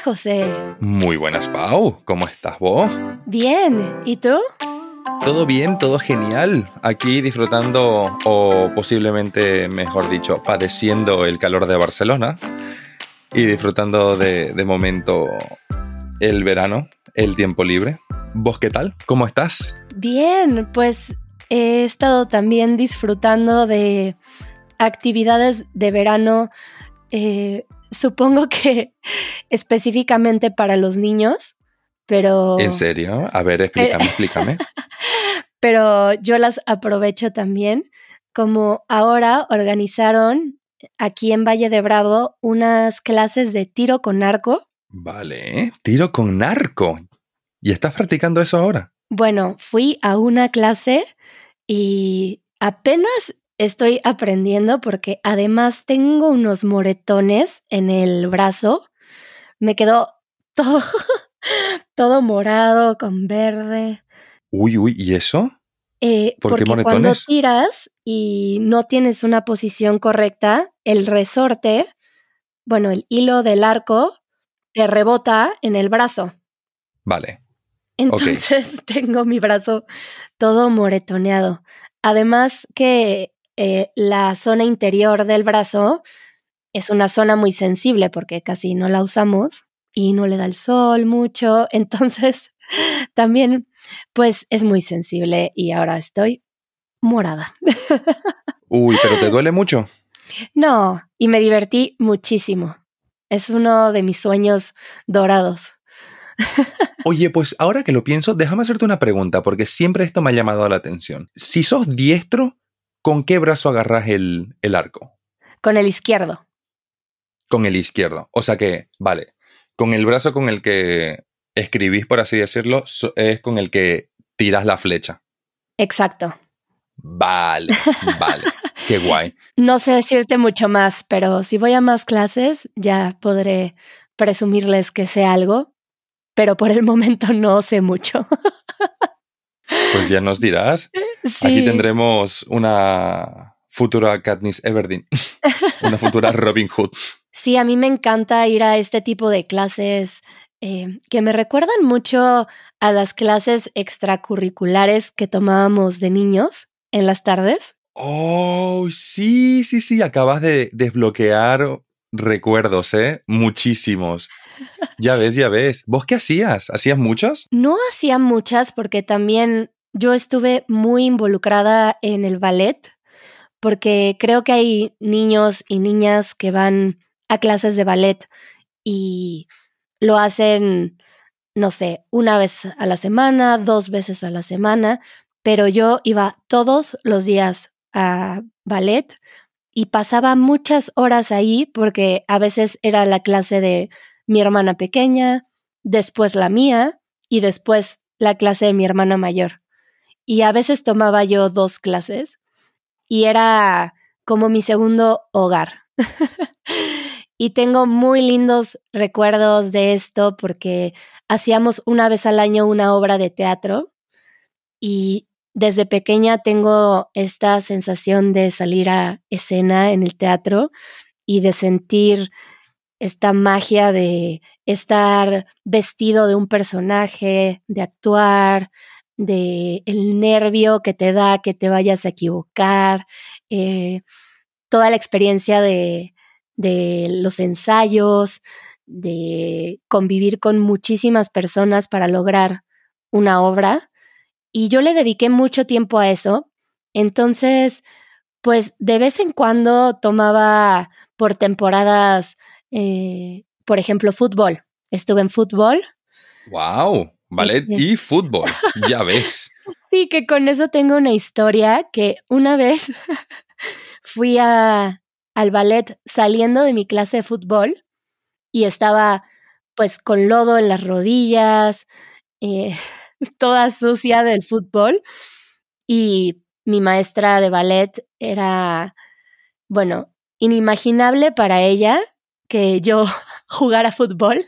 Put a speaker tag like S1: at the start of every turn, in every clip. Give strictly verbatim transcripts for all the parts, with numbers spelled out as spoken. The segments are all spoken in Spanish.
S1: José.
S2: Muy buenas, Pau. ¿Cómo estás vos?
S1: Bien. ¿Y tú?
S2: Todo bien, todo genial. Aquí disfrutando, o posiblemente, mejor dicho, padeciendo el calor de Barcelona y disfrutando de, de momento el verano, el tiempo libre. ¿Vos qué tal? ¿Cómo estás?
S1: Bien, pues he estado también disfrutando de actividades de verano, eh, supongo que específicamente para los niños, pero...
S2: ¿En serio? A ver, explícame, explícame.
S1: Pero yo las aprovecho también, como ahora organizaron aquí en Valle de Bravo unas clases de tiro con arco.
S2: Vale, tiro con arco. ¿Y estás practicando eso ahora?
S1: Bueno, fui a una clase y apenas estoy aprendiendo porque además tengo unos moretones en el brazo. Me quedó todo, todo morado con verde.
S2: Uy, uy, ¿y eso?
S1: Eh,
S2: ¿Por qué
S1: porque cuando
S2: moretones?
S1: tiras y no tienes una posición correcta, el resorte, bueno, el hilo del arco, te rebota en el brazo.
S2: Vale.
S1: Entonces okay. Tengo mi brazo todo moretoneado. Además que eh, la zona interior del brazo es una zona muy sensible porque casi no la usamos y no le da el sol mucho. Entonces también pues es muy sensible y ahora estoy morada.
S2: Uy, ¿pero te duele mucho?
S1: No, y me divertí muchísimo. Es uno de mis sueños dorados.
S2: Oye, pues ahora que lo pienso, déjame hacerte una pregunta, porque siempre esto me ha llamado la atención. Si sos diestro, ¿con qué brazo agarras el, el arco?
S1: Con el izquierdo.
S2: Con el izquierdo. O sea que, vale, con el brazo con el que escribís, por así decirlo, es con el que tiras la flecha.
S1: Exacto.
S2: Vale, vale. Qué guay.
S1: No sé decirte mucho más, pero si voy a más clases ya podré presumirles que sé algo, pero por el momento no sé mucho.
S2: Pues ya nos dirás.
S1: Sí.
S2: Aquí tendremos una futura Katniss Everdeen, una futura Robin Hood.
S1: Sí, a mí me encanta ir a este tipo de clases eh, que me recuerdan mucho a las clases extracurriculares que tomábamos de niños en las tardes.
S2: Oh, sí, sí, sí, acabas de desbloquear recuerdos, ¿eh? Muchísimos. Ya ves, ya ves. ¿Vos qué hacías? ¿Hacías muchas?
S1: No hacía muchas porque también yo estuve muy involucrada en el ballet, porque creo que hay niños y niñas que van a clases de ballet y lo hacen, no sé, una vez a la semana, dos veces a la semana, pero yo iba todos los días a ballet y pasaba muchas horas ahí porque a veces era la clase de mi hermana pequeña, después la mía y después la clase de mi hermana mayor. Y a veces tomaba yo dos clases y era como mi segundo hogar. Y tengo muy lindos recuerdos de esto porque hacíamos una vez al año una obra de teatro y desde pequeña tengo esta sensación de salir a escena en el teatro y de sentir esta magia de estar vestido de un personaje, de actuar, de el nervio que te da que te vayas a equivocar, eh, toda la experiencia de, de los ensayos, de convivir con muchísimas personas para lograr una obra. Y yo le dediqué mucho tiempo a eso. Entonces, pues de vez en cuando tomaba por temporadas, eh, por ejemplo, fútbol. Estuve en fútbol.
S2: ¡Wow! Ballet eh, y fútbol. Ya ves.
S1: Sí, que con eso tengo una historia que una vez fui a, al ballet saliendo de mi clase de fútbol y estaba pues con lodo en las rodillas, eh, toda sucia del fútbol y mi maestra de ballet era, bueno, inimaginable para ella que yo jugara fútbol.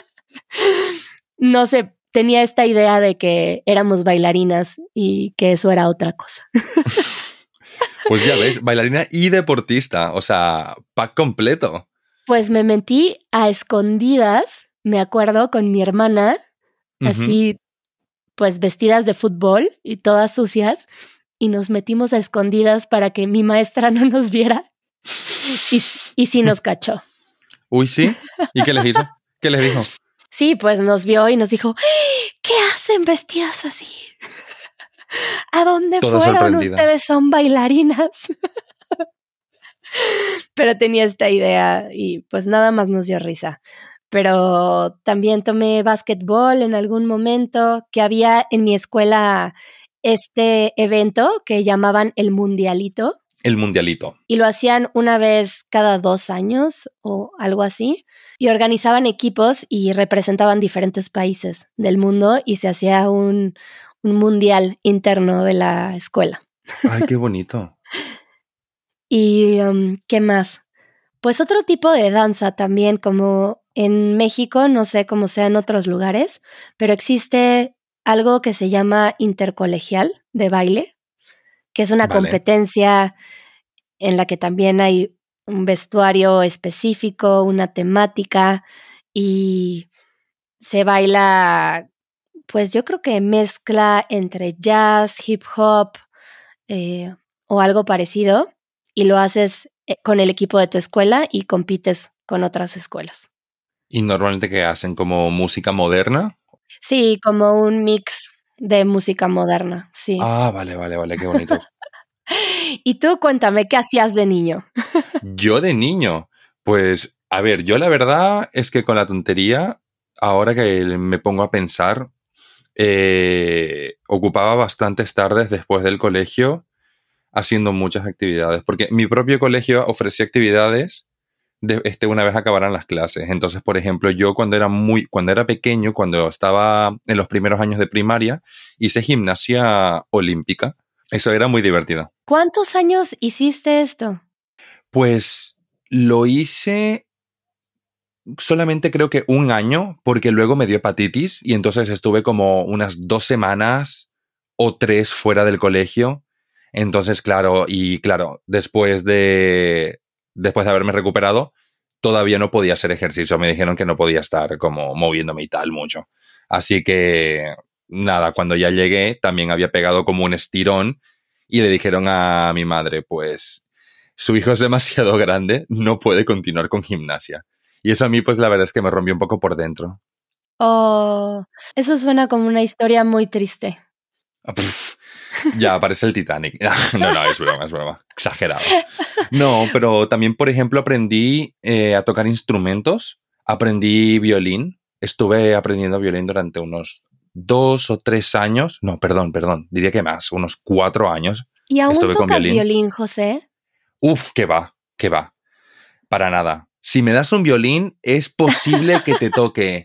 S1: No sé, tenía esta idea de que éramos bailarinas y que eso era otra cosa.
S2: Pues ya ves, bailarina y deportista, o sea, pack completo.
S1: Pues me metí a escondidas me acuerdo, con mi hermana, uh-huh. así, pues vestidas de fútbol y todas sucias, y nos metimos a escondidas para que mi maestra no nos viera, y, y sí nos cachó.
S2: Uy, ¿sí? ¿Y qué les hizo? ¿Qué les dijo?
S1: Sí, pues nos vio y nos dijo, ¿qué hacen vestidas así? ¿A dónde
S2: Toda
S1: fueron? Ustedes son bailarinas. Pero tenía esta idea y pues nada más nos dio risa. Pero también tomé básquetbol en algún momento, que había en mi escuela este evento que llamaban el Mundialito.
S2: El Mundialito.
S1: Y lo hacían una vez cada dos años o algo así. Y organizaban equipos y representaban diferentes países del mundo y se hacía un, un mundial interno de la escuela.
S2: Ay, qué bonito.
S1: ¿Y um, qué más? Pues otro tipo de danza también, como en México, no sé cómo sea en otros lugares, pero existe algo que se llama intercolegial de baile, que es una vale. competencia en la que también hay un vestuario específico, una temática y se baila, pues yo creo que mezcla entre jazz, hip hop eh, o algo parecido y lo haces con el equipo de tu escuela y compites con otras escuelas.
S2: ¿Y normalmente qué hacen? ¿Como música moderna?
S1: Sí, como un mix de música moderna, sí.
S2: Ah, vale, vale, vale, qué bonito.
S1: Y tú cuéntame, ¿qué hacías de niño?
S2: Yo de niño, pues, a ver, yo la verdad es que con la tontería, ahora que me pongo a pensar, eh, ocupaba bastantes tardes después del colegio haciendo muchas actividades, porque mi propio colegio ofrecía actividades de, este, una vez acabaran las clases. Entonces, por ejemplo, yo cuando era muy, cuando era pequeño, cuando estaba en los primeros años de primaria, hice gimnasia olímpica. Eso era muy divertido.
S1: ¿Cuántos años hiciste esto?
S2: Pues lo hice solamente creo que un año, porque luego me dio hepatitis y entonces estuve como unas dos semanas o tres fuera del colegio. Entonces, claro, y claro, después de, después de haberme recuperado, todavía no podía hacer ejercicio. Me dijeron que no podía estar como moviéndome y tal mucho. Así que, nada, cuando ya llegué, también había pegado como un estirón y le dijeron a mi madre, pues, su hijo es demasiado grande, no puede continuar con gimnasia. Y eso a mí, pues, la verdad es que me rompió un poco por dentro.
S1: Oh, eso suena como una historia muy triste.
S2: Pff, ya, parece el Titanic. No, no, es broma, es broma. Exagerado. No, pero también, por ejemplo, aprendí eh, a tocar instrumentos. Aprendí violín. Estuve aprendiendo violín durante unos dos o tres años. No, perdón, perdón. Diría que más, unos cuatro años.
S1: ¿Y aún
S2: Estuve
S1: tocas
S2: con violín.
S1: violín, José?
S2: Uf, que va, que va. Para nada. Si me das un violín, es posible que te toque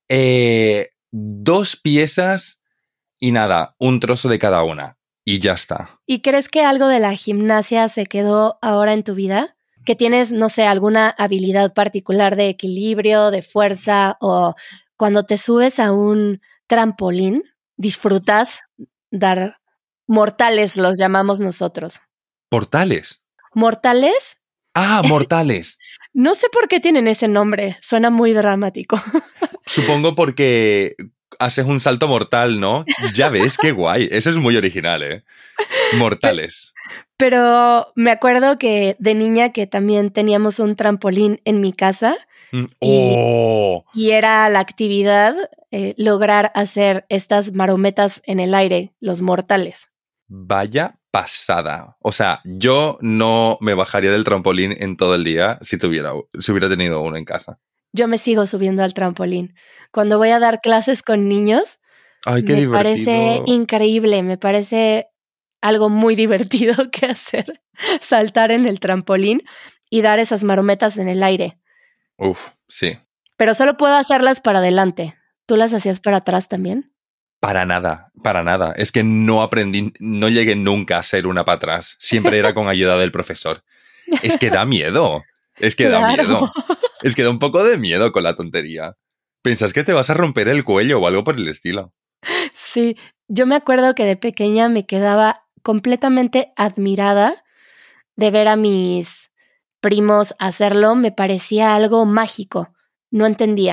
S2: eh, dos piezas y nada, un trozo de cada una. Y ya está.
S1: ¿Y crees que algo de la gimnasia se quedó ahora en tu vida? ¿Que tienes, no sé, alguna habilidad particular de equilibrio, de fuerza? O cuando te subes a un trampolín, disfrutas dar mortales, los llamamos nosotros.
S2: ¿Portales?
S1: ¿Mortales?
S2: Ah, mortales.
S1: No sé por qué tienen ese nombre, suena muy dramático.
S2: Supongo porque haces un salto mortal, ¿no? Ya ves, qué guay. Eso es muy original, ¿eh? Mortales.
S1: Pero, pero me acuerdo que de niña que también teníamos un trampolín en mi casa.
S2: Mm, ¡Oh!
S1: Y, y era la actividad eh, lograr hacer estas marometas en el aire, los mortales.
S2: Vaya pasada. O sea, yo no me bajaría del trampolín en todo el día si tuviera, si hubiera tenido uno en casa.
S1: Yo me sigo subiendo al trampolín. Cuando voy a dar clases con niños,
S2: Ay, qué
S1: me
S2: divertido.
S1: parece increíble, me parece algo muy divertido que hacer, saltar en el trampolín y dar esas marometas en el aire.
S2: Uf, sí.
S1: Pero solo puedo hacerlas para adelante. ¿Tú las hacías para atrás también?
S2: Para nada, para nada. Es que no aprendí, no llegué nunca a ser una para atrás. Siempre era con ayuda del profesor. Es que da miedo. Es que
S1: Claro.
S2: da miedo. Es que da un poco de miedo con la tontería. Piensas que te vas a romper el cuello o algo por el estilo.
S1: Sí, yo me acuerdo que de pequeña me quedaba completamente admirada de ver a mis primos hacerlo. Me parecía algo mágico. No entendía.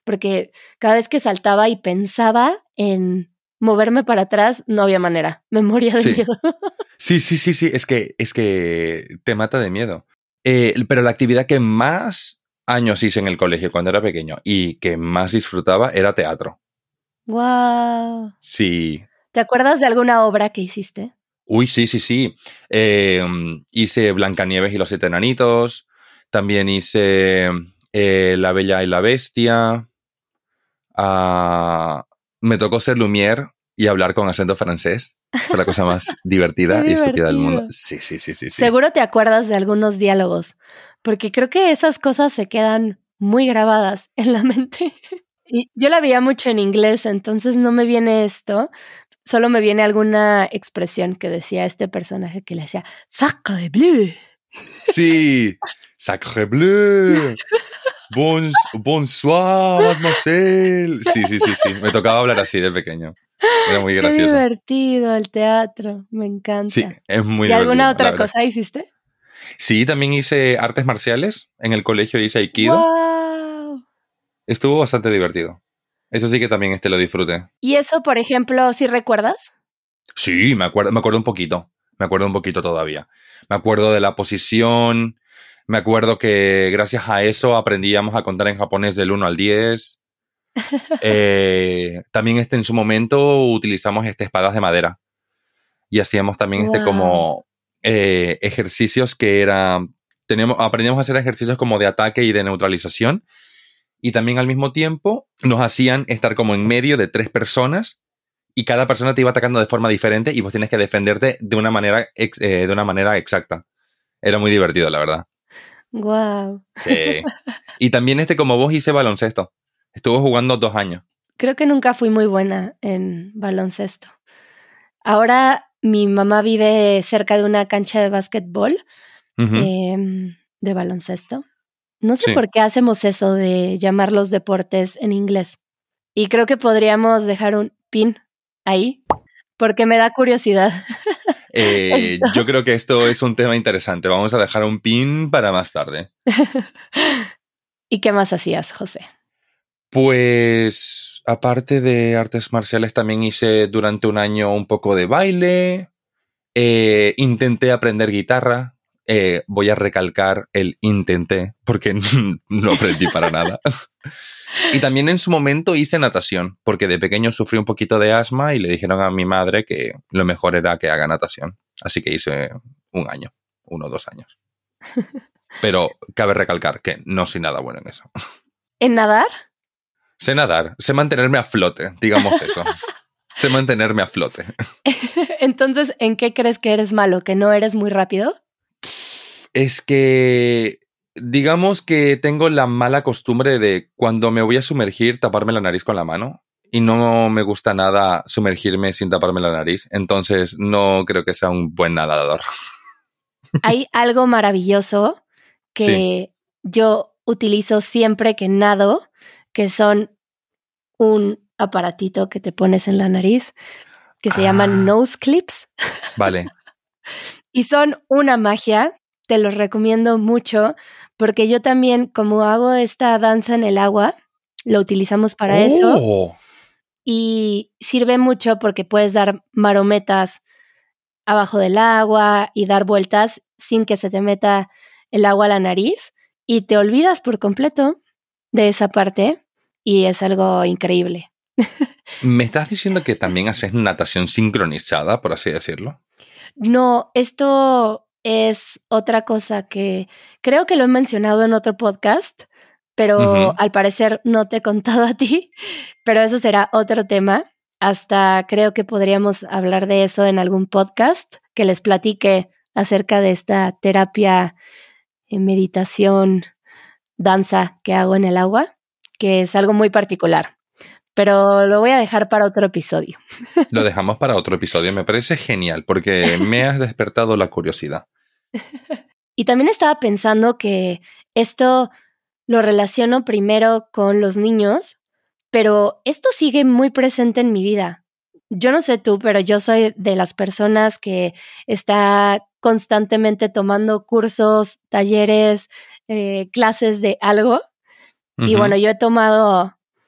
S1: porque cada vez que saltaba y pensaba en moverme para atrás, no había manera. Me moría de
S2: Sí.
S1: miedo.
S2: Sí, sí, sí, sí. Es que, es que te mata de miedo. Eh, pero la actividad que más años hice en el colegio cuando era pequeño y que más disfrutaba era teatro.
S1: ¡Wow!
S2: Sí.
S1: ¿Te acuerdas de alguna obra que hiciste?
S2: Uy, sí, sí, sí. Eh, hice Blancanieves y los siete enanitos. También hice eh, La Bella y la Bestia. Uh, me tocó ser Lumière y hablar con acento francés. Fue la cosa más divertida
S1: Qué
S2: y estúpida del mundo.
S1: divertido.
S2: Sí, sí, sí, sí, sí.
S1: Seguro te acuerdas de algunos diálogos, porque creo que esas cosas se quedan muy grabadas en la mente. Y yo la veía mucho en inglés, entonces no me viene esto. Solo me viene alguna expresión que decía este personaje que le decía Sacre bleu.
S2: Sí, Sacre bleu. Bon, bonsoir, mademoiselle. Sí, sí, sí, sí. Me tocaba hablar así de pequeño. Era muy
S1: Qué
S2: gracioso.
S1: divertido el teatro, me
S2: Sí,
S1: encanta.
S2: es muy
S1: ¿Y alguna
S2: divertido, la
S1: otra
S2: verdad.
S1: cosa hiciste?
S2: Sí, también hice artes marciales. En el colegio hice Aikido.
S1: ¡Wow!
S2: Estuvo bastante divertido. Eso sí que también este lo disfruté.
S1: ¿Y eso, por ejemplo, sí recuerdas?
S2: Sí, me acuerdo, me acuerdo un poquito. Me acuerdo un poquito todavía. Me acuerdo de la posición. Me acuerdo que gracias a eso aprendíamos a contar en japonés del uno al diez. Eh, también este, en su momento utilizamos este, espadas de madera. Y hacíamos también este
S1: Wow.
S2: como eh, ejercicios que eran... Tenemos, aprendíamos a hacer ejercicios como de ataque y de neutralización. Y también al mismo tiempo nos hacían estar como en medio de tres personas y cada persona te iba atacando de forma diferente y vos tienes que defenderte de una manera, ex, eh, de una manera exacta. Era muy divertido, la verdad.
S1: Wow.
S2: Sí. Y también este, como vos, hice baloncesto. Estuve jugando dos años.
S1: Creo que nunca fui muy buena en baloncesto. Ahora mi mamá vive cerca de una cancha de básquetbol,
S2: Uh-huh.
S1: eh, de baloncesto. No sé
S2: Sí.
S1: por qué hacemos eso de llamar los deportes en inglés. Y creo que podríamos dejar un pin ahí, porque me da curiosidad.
S2: Eh, yo creo que esto es un tema interesante. Vamos a dejar un pin para más tarde.
S1: ¿Y qué más hacías, José?
S2: Pues, aparte de artes marciales, también hice durante un año un poco de baile. Eh, intenté aprender guitarra. Eh, voy a recalcar el intenté, porque no aprendí para nada. Y también en su momento hice natación, porque de pequeño sufrí un poquito de asma y le dijeron a mi madre que lo mejor era que haga natación. Así que hice un año, uno o dos años. Pero cabe recalcar que no soy nada bueno en eso.
S1: ¿En nadar?
S2: Sé nadar, sé mantenerme a flote, digamos eso. Sé mantenerme a flote.
S1: Entonces, ¿en qué crees que eres malo? ¿Que no eres muy rápido?
S2: Es que, digamos que tengo la mala costumbre de cuando me voy a sumergir, taparme la nariz con la mano. Y no me gusta nada sumergirme sin taparme la nariz. Entonces, no creo que sea un buen nadador.
S1: Hay algo maravilloso que sí. Yo utilizo siempre que nado, que son un aparatito que te pones en la nariz, que se ah. llaman nose clips.
S2: Vale.
S1: Y son una magia, te los recomiendo mucho, porque yo también, como hago esta danza en el agua, lo utilizamos para oh. eso. Y sirve mucho porque puedes dar marometas abajo del agua y dar vueltas sin que se te meta el agua a la nariz y te olvidas por completo de esa parte y es algo increíble.
S2: ¿Me estás diciendo que también haces natación sincronizada, por así decirlo?
S1: No, esto es otra cosa que creo que lo he mencionado en otro podcast, pero uh-huh. al parecer no te he contado a ti, pero eso será otro tema. Hasta creo que podríamos hablar de eso en algún podcast que les platique acerca de esta terapia, meditación, danza que hago en el agua, que es algo muy particular. Pero lo voy a dejar para otro episodio.
S2: Lo dejamos para otro episodio. Me parece genial porque me has despertado la curiosidad.
S1: Y también estaba pensando que esto lo relaciono primero con los niños, pero esto sigue muy presente en mi vida. Yo no sé tú, pero yo soy de las personas que está constantemente tomando cursos, talleres, eh, clases de algo. Uh-huh. Y bueno, yo he tomado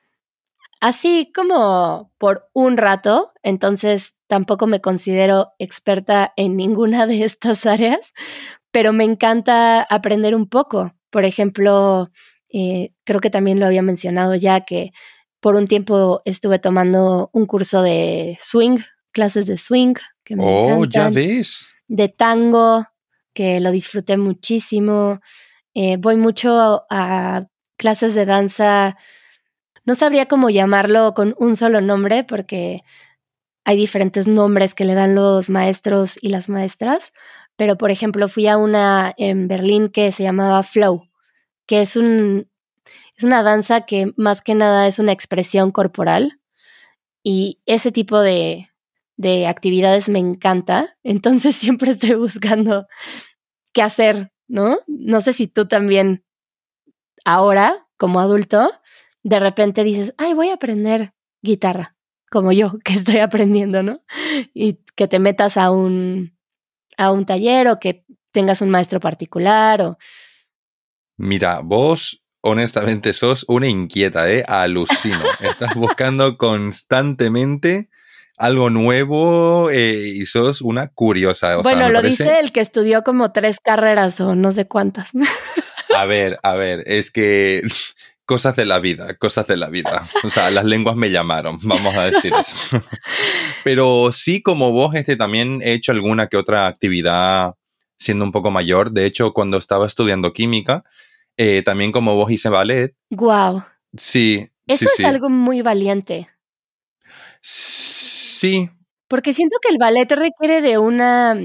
S1: así como por un rato, entonces tampoco me considero experta en ninguna de estas áreas, pero me encanta aprender un poco. Por ejemplo, eh, creo que también lo había mencionado ya que por un tiempo estuve tomando un curso de swing, clases de swing, que me
S2: Oh, ya
S1: encantan,
S2: ves.
S1: de tango, que lo disfruté muchísimo. Eh, voy mucho a clases de danza. No sabría cómo llamarlo con un solo nombre porque hay diferentes nombres que le dan los maestros y las maestras, pero por ejemplo fui a una en Berlín que se llamaba Flow, que es un es una danza que más que nada es una expresión corporal y ese tipo de de actividades me encanta, entonces siempre estoy buscando qué hacer, ¿no? No sé si tú también ahora, como adulto, de repente dices, ay, voy a aprender guitarra, como yo, que estoy aprendiendo, ¿no? Y que te metas a un, a un taller o que tengas un maestro particular o...
S2: Mira, vos honestamente sos una inquieta, ¿eh? Alucino. Estás buscando constantemente algo nuevo eh, y sos una curiosa. O sea,
S1: Bueno,
S2: me
S1: lo
S2: parece...
S1: dice el que estudió como tres carreras o no sé cuántas.
S2: A ver, a ver, es que cosas de la vida, cosas de la vida. O sea, las lenguas me llamaron, vamos a decir eso. Pero sí, como vos, este, también he hecho alguna que otra actividad siendo un poco mayor. De hecho, cuando estaba estudiando química, eh, también como vos hice ballet.
S1: Wow.
S2: Sí, sí,
S1: Eso es
S2: sí.
S1: algo muy valiente.
S2: Sí.
S1: Porque siento que el ballet requiere de una,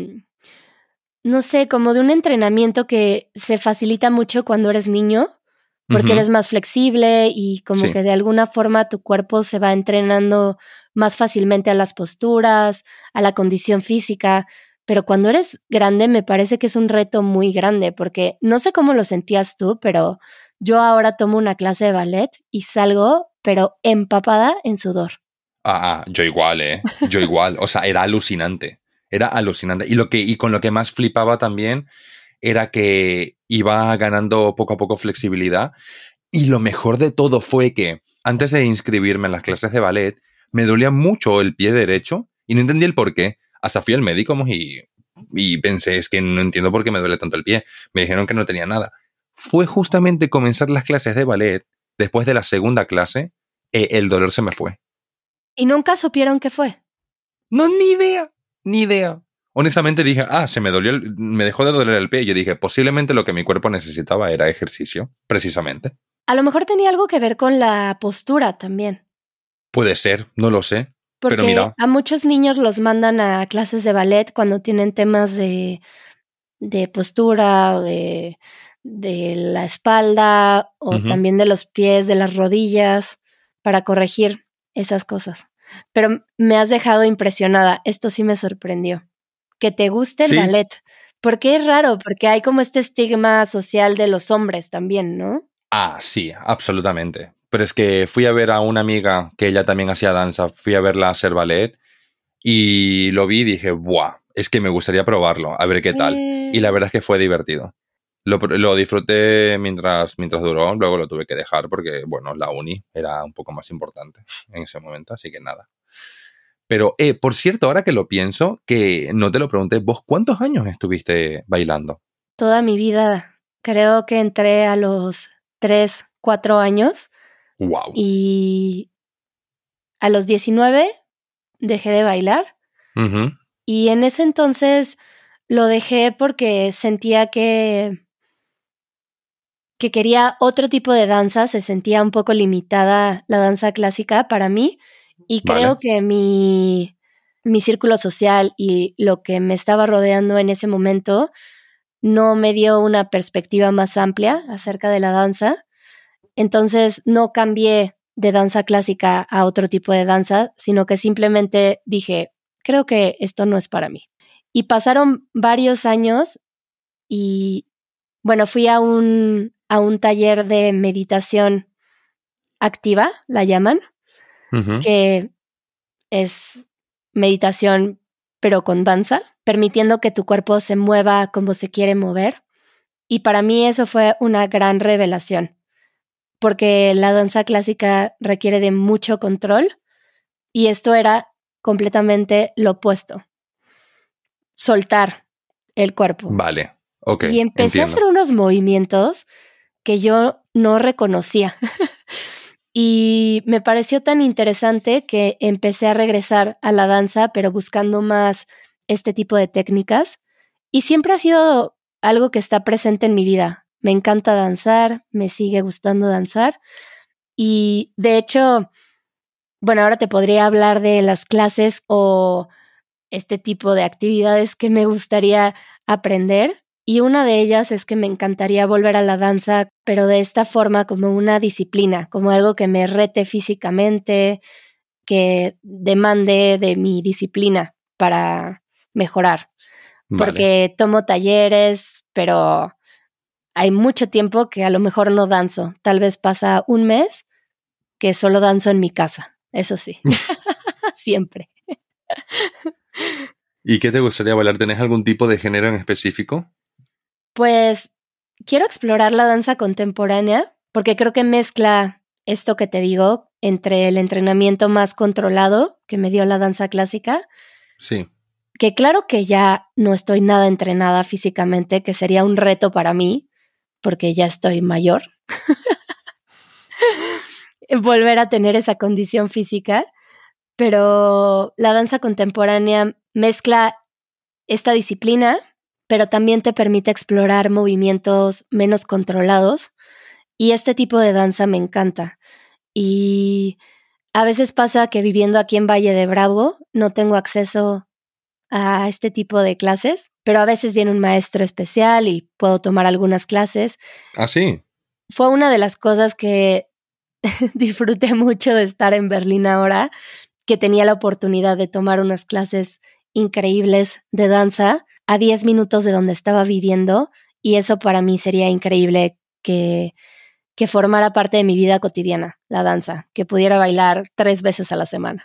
S1: no sé, como de un entrenamiento que se facilita mucho cuando eres niño, porque
S2: Ujú,
S1: eres más flexible y como
S2: sí.
S1: que de alguna forma tu cuerpo se va entrenando más fácilmente a las posturas, a la condición física, pero cuando eres grande me parece que es un reto muy grande, porque no sé cómo lo sentías tú, pero yo ahora tomo una clase de ballet y salgo, pero empapada en sudor.
S2: Ah, ah, yo igual, ¿eh? Yo igual. O sea, era alucinante. Era alucinante. Y, lo que, y con lo que más flipaba también era que iba ganando poco a poco flexibilidad. Y lo mejor de todo fue que antes de inscribirme en las clases de ballet, me dolía mucho el pie derecho y no entendí el por qué. Hasta fui al médico y, y pensé, es que no entiendo por qué me duele tanto el pie. Me dijeron que no tenía nada. Fue justamente comenzar las clases de ballet, después de la segunda clase, eh, el dolor se me fue.
S1: Y nunca supieron qué fue.
S2: No, ni idea, ni idea. Honestamente dije, ah, se me dolió, el- me dejó de doler el pie. Y yo dije, posiblemente lo que mi cuerpo necesitaba era ejercicio, precisamente.
S1: A lo mejor tenía algo que ver con la postura también.
S2: Puede ser, no lo sé. Pero
S1: Porque
S2: mira,
S1: a muchos niños los mandan a clases de ballet cuando tienen temas de, de postura o de, de la espalda o
S2: ujú,
S1: también de los pies, de las rodillas, para corregir esas cosas. Pero me has dejado impresionada. Esto sí me sorprendió. Que te guste el
S2: sí, s-
S1: ballet. Porque es raro, porque hay como este estigma social de los hombres también, ¿no?
S2: ah, sí, absolutamente. Pero es que fui a ver a una amiga que ella también hacía danza, fui a verla hacer ballet y lo vi y dije, ¡buah! Es que me gustaría probarlo, a ver qué tal. Y la
S1: Eh,
S2: verdad es que fue divertido. Lo, pr- lo disfruté mientras, mientras duró, luego lo tuve que dejar porque, bueno, la uni era un poco más importante en ese momento, así que nada. Pero, eh, por cierto, ahora que lo pienso, que no te lo pregunté, ¿vos cuántos años estuviste bailando?
S1: Toda mi vida. Creo que entré a los tres, cuatro años
S2: ¡Wow!
S1: y a los diecinueve dejé de bailar y en ese entonces lo dejé porque sentía que, que quería otro tipo de danza, se sentía un poco limitada la danza clásica para mí y
S2: Vale.
S1: creo que mi, mi círculo social y lo que me estaba rodeando en ese momento no me dio una perspectiva más amplia acerca de la danza. Entonces no cambié de danza clásica a otro tipo de danza, sino que simplemente dije, creo que esto no es para mí. Y pasaron varios años y, bueno, fui a un, a un taller de meditación activa, la llaman,
S2: Ujú.
S1: que es meditación pero con danza, permitiendo que tu cuerpo se mueva como se quiere mover. Y para mí eso fue una gran revelación, porque la danza clásica requiere de mucho control y esto era completamente lo opuesto. Soltar el cuerpo.
S2: Vale, ok,
S1: y empecé
S2: entiendo.
S1: a hacer unos movimientos que yo no reconocía. Y me pareció tan interesante que empecé a regresar a la danza, pero buscando más este tipo de técnicas. Y siempre ha sido algo que está presente en mi vida. Me encanta danzar, me sigue gustando danzar. Y de hecho, bueno, ahora te podría hablar de las clases o este tipo de actividades que me gustaría aprender. Y una de ellas es que me encantaría volver a la danza, pero de esta forma como una disciplina, como algo que me rete físicamente, que demande de mi disciplina para mejorar.
S2: Vale.
S1: Porque tomo talleres, pero hay mucho tiempo que a lo mejor no danzo. Tal vez pasa un mes que solo danzo en mi casa, eso sí, siempre.
S2: ¿Y qué te gustaría bailar? ¿Tenés algún tipo de género en específico?
S1: Pues quiero explorar la danza contemporánea porque creo que mezcla esto que te digo entre el entrenamiento más controlado que me dio la danza clásica.
S2: Sí.
S1: Que claro que ya no estoy nada entrenada físicamente, que sería un reto para mí porque ya estoy mayor. Volver a tener esa condición física, pero la danza contemporánea mezcla esta disciplina, pero también te permite explorar movimientos menos controlados y este tipo de danza me encanta. Y a veces pasa que viviendo aquí en Valle de Bravo no tengo acceso a este tipo de clases, pero a veces viene un maestro especial y puedo tomar algunas clases.
S2: ¿Ah, sí?
S1: Fue una de las cosas que disfruté mucho de estar en Berlín ahora, que tenía la oportunidad de tomar unas clases increíbles de danza a diez minutos de donde estaba viviendo y eso para mí sería increíble que, que formara parte de mi vida cotidiana, la danza, que pudiera bailar tres veces a la semana.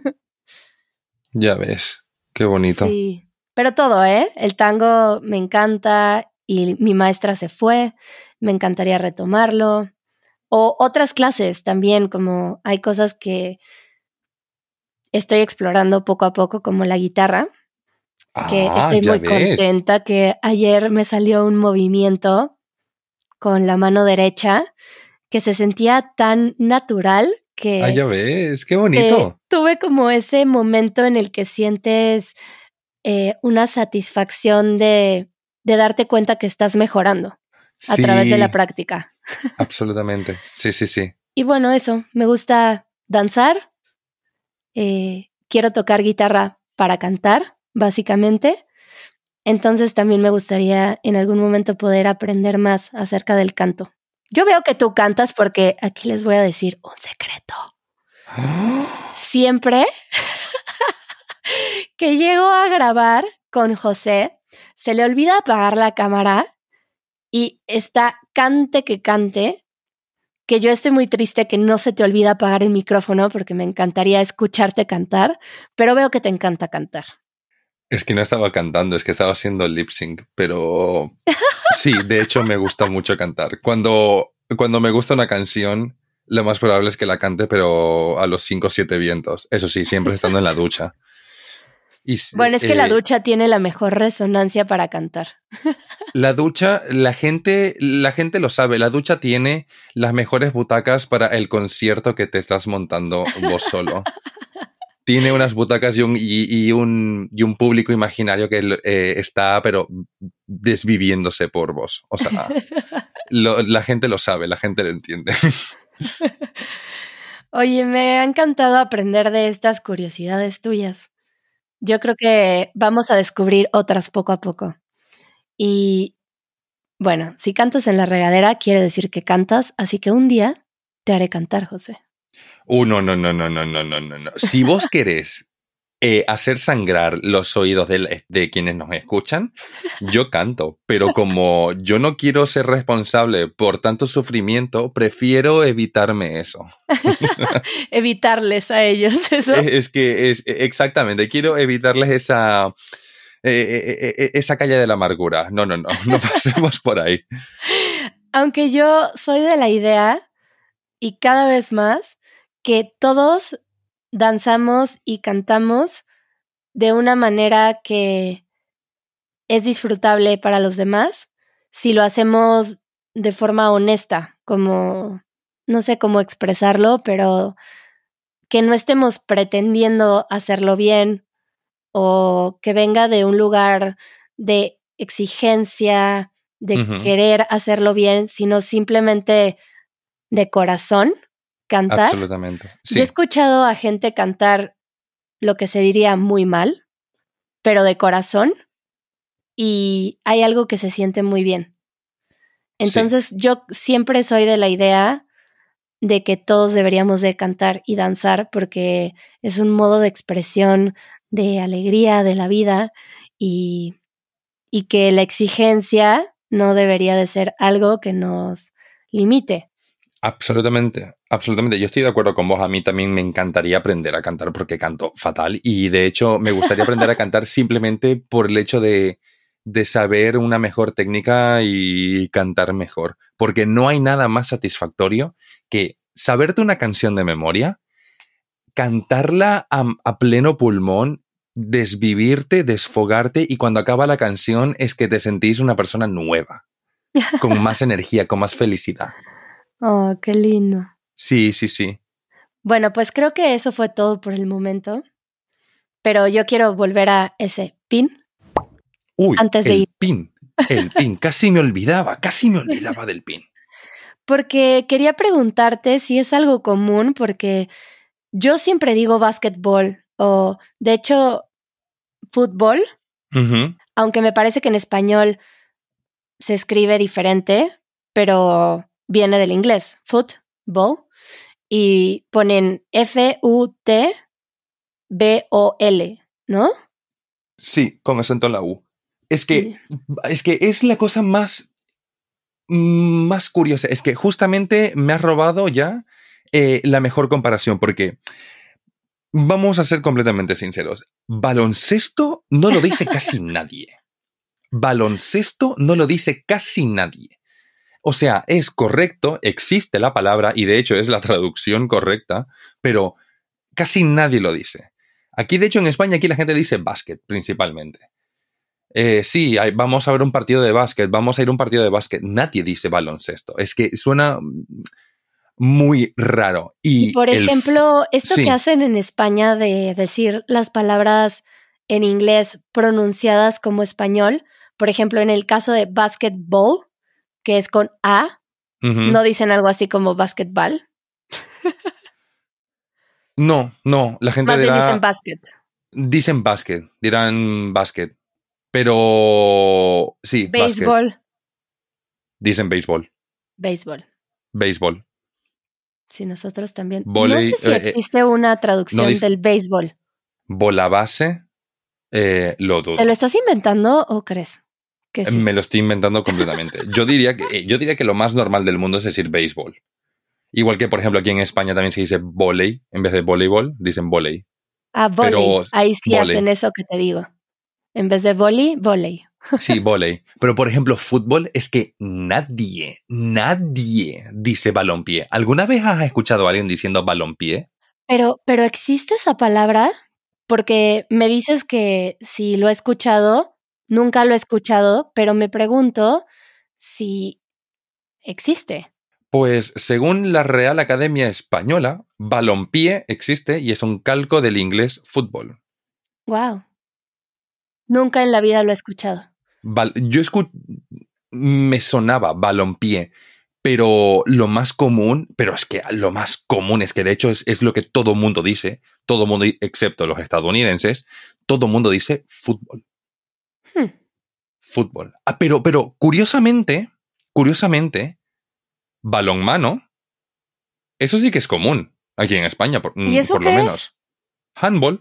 S2: Ya ves, qué bonito.
S1: Sí, pero todo, ¿eh? El tango me encanta y mi maestra se fue, me encantaría retomarlo. O otras clases también, como hay cosas que estoy explorando poco a poco, como la guitarra, que
S2: Ah,
S1: estoy
S2: ya
S1: muy
S2: ves.
S1: contenta que ayer me salió un movimiento con la mano derecha que se sentía tan natural
S2: Ah,
S1: que
S2: ya ves, qué
S1: te,
S2: bonito.
S1: tuve como ese momento en el que sientes eh, una satisfacción de, de darte cuenta que estás mejorando a través de la
S2: Sí,
S1: práctica.
S2: absolutamente. Sí, sí, sí.
S1: Y bueno, eso, me gusta danzar, eh, quiero tocar guitarra para cantar, básicamente. Entonces también me gustaría en algún momento poder aprender más acerca del canto. Yo veo que tú cantas porque aquí les voy a decir un secreto. Siempre que llego a grabar con José, se le olvida apagar la cámara y está cante que cante, que yo estoy muy triste que no se te olvida apagar el micrófono porque me encantaría escucharte cantar, pero veo que te encanta cantar.
S2: Es que no estaba cantando, es que estaba haciendo lip sync, pero sí, de hecho me gusta mucho cantar. Cuando, cuando me gusta una canción, lo más probable es que la cante, pero a los cinco o siete vientos. Eso sí, siempre estando en la ducha. Y
S1: Bueno, es que la
S2: eh,
S1: ducha tiene la mejor resonancia para cantar.
S2: la ducha, la gente, la gente lo sabe, la ducha tiene las mejores butacas para el concierto que te estás montando vos solo. Tiene unas butacas y un, y, y un, y un público imaginario que eh, está, pero desviviéndose por vos. O sea, lo, la gente lo sabe, la gente lo entiende.
S1: Oye, me ha encantado aprender de estas curiosidades tuyas. Yo creo que vamos a descubrir otras poco a poco. Y bueno, si cantas en la regadera, quiere decir que cantas, así que un día te haré cantar, José.
S2: Uh, no, no, no, no, no, no, no, no, no. Si vos querés eh, hacer sangrar los oídos de, de quienes nos escuchan, yo canto, pero como yo no quiero ser responsable por tanto sufrimiento, prefiero evitarme eso.
S1: Evitarles a ellos eso.
S2: Es, es que es exactamente, quiero evitarles esa, eh, eh, eh, esa calle de la amargura. No, no, no, no pasemos por ahí.
S1: Aunque yo soy de la idea y cada vez más que todos danzamos y cantamos de una manera que es disfrutable para los demás si lo hacemos de forma honesta, como, no sé cómo expresarlo, pero que no estemos pretendiendo hacerlo bien o que venga de un lugar de exigencia, de
S2: Ujú.
S1: querer hacerlo bien, sino simplemente de corazón cantar.
S2: Absolutamente.
S1: Yo he
S2: Sí,
S1: escuchado a gente cantar lo que se diría muy mal, pero de corazón, y hay algo que se siente muy bien.
S2: sí.
S1: Entonces yo siempre soy de la idea de que todos deberíamos de cantar y danzar porque es un modo de expresión de alegría de la vida y, y que la exigencia no debería de ser algo que nos limite.
S2: Absolutamente, absolutamente. Yo estoy de acuerdo con vos. A mí también me encantaría aprender a cantar porque canto fatal y de hecho me gustaría aprender a cantar simplemente por el hecho de, de saber una mejor técnica y cantar mejor. Porque no hay nada más satisfactorio que saberte una canción de memoria, cantarla a, a pleno pulmón, desvivirte, desfogarte y cuando acaba la canción es que te sentís una persona nueva, con más energía, con más felicidad.
S1: Oh, qué lindo.
S2: Sí, sí, sí.
S1: Bueno, pues creo que eso fue todo por el momento, pero yo quiero volver a ese pin
S2: Uy,
S1: antes de ir,
S2: el pin. El pin. Casi me olvidaba, casi me olvidaba del pin.
S1: porque quería preguntarte si es algo común, porque yo siempre digo básquetbol o, de hecho, fútbol,
S2: Ujú.
S1: aunque me parece que en español se escribe diferente, pero viene del inglés, football, y ponen F U T B O L, ¿no?
S2: Sí, con acento en la U. Es que,
S1: Sí.
S2: es que es la cosa más, más curiosa. Es que justamente me has robado ya eh, la mejor comparación, porque vamos a ser completamente sinceros. Baloncesto no lo dice casi nadie. Baloncesto no lo dice casi nadie. O sea, es correcto, existe la palabra y de hecho es la traducción correcta, pero casi nadie lo dice. Aquí, de hecho, en España, aquí la gente dice básquet, principalmente. Eh, sí, hay, vamos a ver un partido de básquet, vamos a ir a un partido de básquet. Nadie dice baloncesto. Es que suena muy raro.
S1: Y
S2: Y
S1: por
S2: el...
S1: ejemplo, esto que
S2: Sí.
S1: hacen en España de decir las palabras en inglés pronunciadas como español, por ejemplo, en el caso de basketball, que es con A,
S2: Uh-huh.
S1: no dicen algo así como basketball.
S2: No, no, la gente
S1: Más bien dicen
S2: dirá...
S1: basket.
S2: Dicen básquet, dirán básquet. Pero... Sí, básquet.
S1: Béisbol,
S2: Dicen béisbol.
S1: béisbol.
S2: Béisbol.
S1: Sí, nosotros también. No sé
S2: Volei...
S1: si
S2: Eh, eh,
S1: existe una
S2: no
S1: traducción
S2: dice...
S1: del béisbol.
S2: Bola base, eh, lo
S1: ¿Te lo
S2: dudo.
S1: estás inventando o crees que sí?
S2: Me lo estoy inventando completamente. Yo diría que, eh, yo diría que lo más normal del mundo es decir béisbol. Igual que, por ejemplo, aquí en España también se dice volei. En vez de voleibol, dicen volei.
S1: Ah,
S2: Pero
S1: voley. Ahí sí hacen
S2: volei.
S1: eso que te digo. En vez de voley, voley.
S2: Sí, volei. Pero, por ejemplo, fútbol es que nadie, nadie dice balompié. ¿Alguna vez has escuchado a alguien diciendo balompié?
S1: Pero, pero ¿existe esa palabra? Porque me dices que si lo he escuchado, nunca lo he escuchado, pero me pregunto si existe.
S2: Pues según la Real Academia Española, balompié existe y es un calco del inglés fútbol.
S1: Wow. Nunca en la vida lo he escuchado.
S2: Val- yo escu- me sonaba balompié, pero lo más común, pero es que lo más común es que de hecho es, es lo que todo mundo dice, todo mundo, excepto los estadounidenses, todo mundo dice fútbol.
S1: Hmm.
S2: Fútbol. Ah, pero, pero curiosamente, curiosamente, balonmano, eso sí que es común aquí en España, por,
S1: ¿Y
S2: mm,
S1: eso
S2: por lo
S1: qué es?
S2: menos. Handball,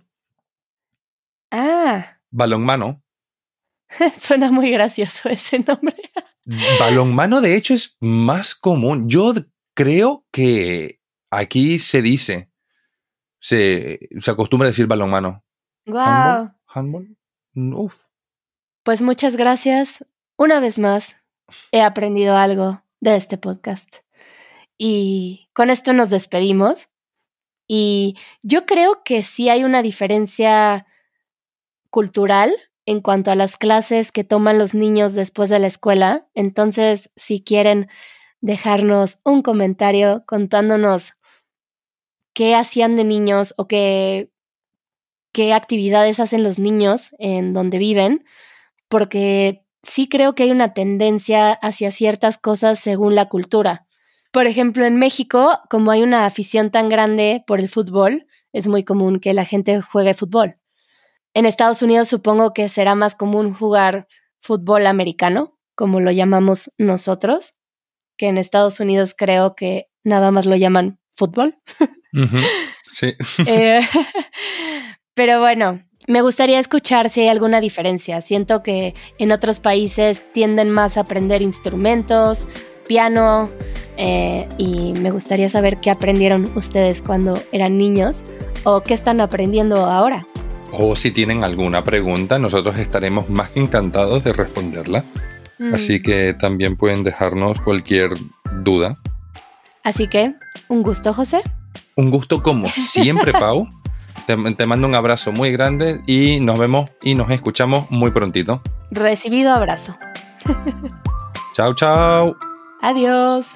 S1: Ah,
S2: balonmano.
S1: suena muy gracioso ese nombre.
S2: Balonmano, de hecho, es más común. Yo creo que aquí se dice, se, se acostumbra a decir balonmano. ¿Handball?
S1: Wow.
S2: ¿Handball? Uf.
S1: Pues muchas gracias. Una vez más, he aprendido algo de este podcast. Y con esto nos despedimos. Y yo creo que sí hay una diferencia cultural en cuanto a las clases que toman los niños después de la escuela. Entonces, si quieren dejarnos un comentario contándonos qué hacían de niños o qué, qué actividades hacen los niños en donde viven, porque sí creo que hay una tendencia hacia ciertas cosas según la cultura. Por ejemplo, en México, como hay una afición tan grande por el fútbol, es muy común que la gente juegue fútbol. En Estados Unidos supongo que será más común jugar fútbol americano, como lo llamamos nosotros, que en Estados Unidos creo que nada más lo llaman fútbol.
S2: Uh-huh. Sí.
S1: eh, pero bueno, me gustaría escuchar si hay alguna diferencia. Siento que en otros países tienden más a aprender instrumentos, piano, eh, y me gustaría saber qué aprendieron ustedes cuando eran niños o qué están aprendiendo ahora.
S2: O si tienen alguna pregunta, nosotros estaremos más que encantados de responderla. Mm. Así que también pueden dejarnos cualquier duda.
S1: Así que, un gusto, José.
S2: Un gusto como siempre, Pau. Te, te mando un abrazo muy grande y nos vemos y nos escuchamos muy prontito.
S1: Recibido abrazo.
S2: Chao, chao.
S1: Adiós.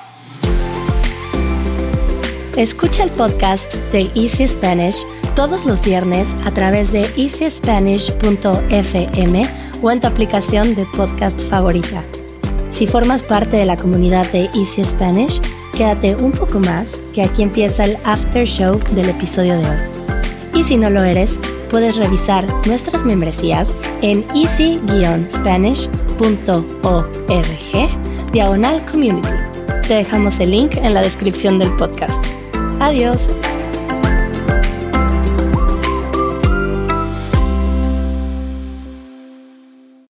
S1: Escucha el podcast de Easy Spanish todos los viernes a través de easy spanish punto f m o en tu aplicación de podcast favorita. Si formas parte de la comunidad de Easy Spanish, quédate un poco más, que aquí empieza el after show del episodio de hoy. Y si no lo eres, puedes revisar nuestras membresías en easy spanish punto org diagonal community. Te dejamos el link en la descripción del podcast. Adiós.